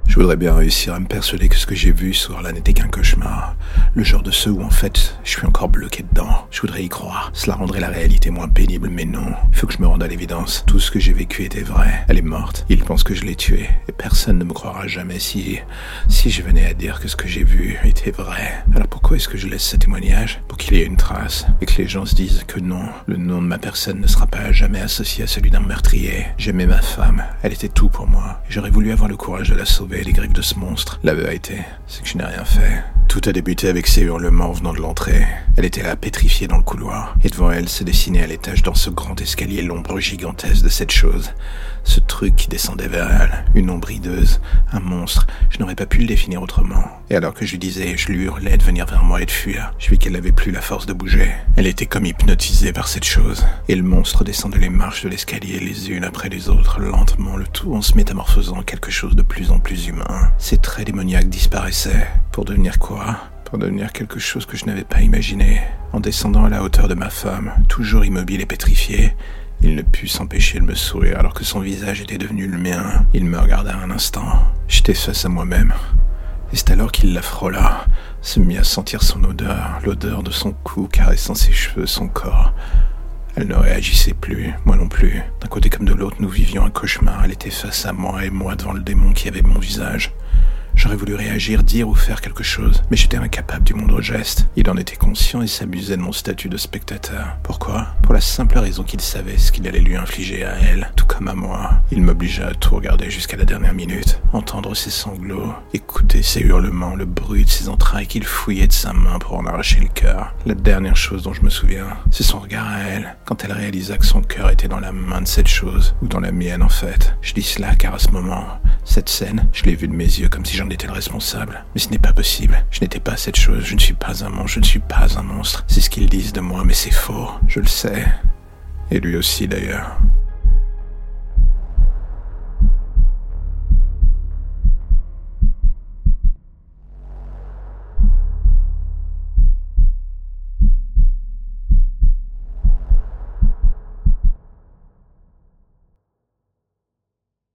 Je voudrais bien réussir à me persuader que ce que j'ai vu ce soir-là n'était qu'un cauchemar. Le genre de ceux où en fait, je suis encore bloqué dedans. Je voudrais y croire. Cela rendrait la réalité moins pénible, mais non. Il faut que je me rende à l'évidence. Tout ce que j'ai vécu était vrai. Elle est morte. Ils pensent que je l'ai tuée. Et personne ne me croira jamais si je venais à dire que ce que j'ai vu était vrai. Alors pourquoi est-ce que je laisse ce témoignage? Pour qu'il y ait une trace. Et que les gens se disent que non, le nom de ma personne ne sera pas à jamais associé à celui d'un meurtrier. J'aimais ma femme. Elle était tout pour moi. Et j'aurais voulu avoir le courage de la sauver des griffes de ce monstre. La vérité, c'est que je n'ai rien fait. Tout a débuté avec ses hurlements venant de l'entrée. Elle était là, pétrifiée dans le couloir. Et devant elle se dessinait à l'étage dans ce grand escalier l'ombre gigantesque de cette chose. Ce truc qui descendait vers elle. Une ombre hideuse. Un monstre. Je n'aurais pas pu le définir autrement. Et alors que je lui disais, je lui hurlais de venir vers moi et de fuir, je vis qu'elle n'avait plus la force de bouger. Elle était comme hypnotisée par cette chose. Et le monstre descendait les marches de l'escalier les unes après les autres, lentement, le tout en se métamorphosant en quelque chose de plus en plus humain. Ses traits démoniaques disparaissaient. Pour devenir quoi? Pour devenir quelque chose que je n'avais pas imaginé. En descendant à la hauteur de ma femme, toujours immobile et pétrifié, il ne put s'empêcher de me sourire alors que son visage était devenu le mien. Il me regarda un instant. J'étais face à moi-même. Et c'est alors qu'il la frôla, se mit à sentir son odeur, l'odeur de son cou caressant ses cheveux, son corps. Elle ne réagissait plus, moi non plus. D'un côté comme de l'autre, nous vivions un cauchemar. Elle était face à moi et moi devant le démon qui avait mon visage. J'aurais voulu réagir, dire ou faire quelque chose, mais j'étais incapable du moindre geste. Il en était conscient et s'amusait de mon statut de spectateur. Pourquoi? Pour la simple raison qu'il savait ce qu'il allait lui infliger à elle, tout comme à moi. Il m'obligea à tout regarder jusqu'à la dernière minute, entendre ses sanglots, écouter ses hurlements, le bruit de ses entrailles qu'il fouillait de sa main pour en arracher le cœur. La dernière chose dont je me souviens, c'est son regard à elle, quand elle réalisa que son cœur était dans la main de cette chose, ou dans la mienne en fait. Je dis cela car à ce moment, cette scène, je l'ai vue de mes yeux comme si j'en étais le responsable. Mais ce n'est pas possible. Je n'étais pas cette chose. Je ne suis pas un monstre. Je ne suis pas un monstre. C'est ce qu'ils disent de moi, mais c'est faux. Je le sais. Et lui aussi d'ailleurs.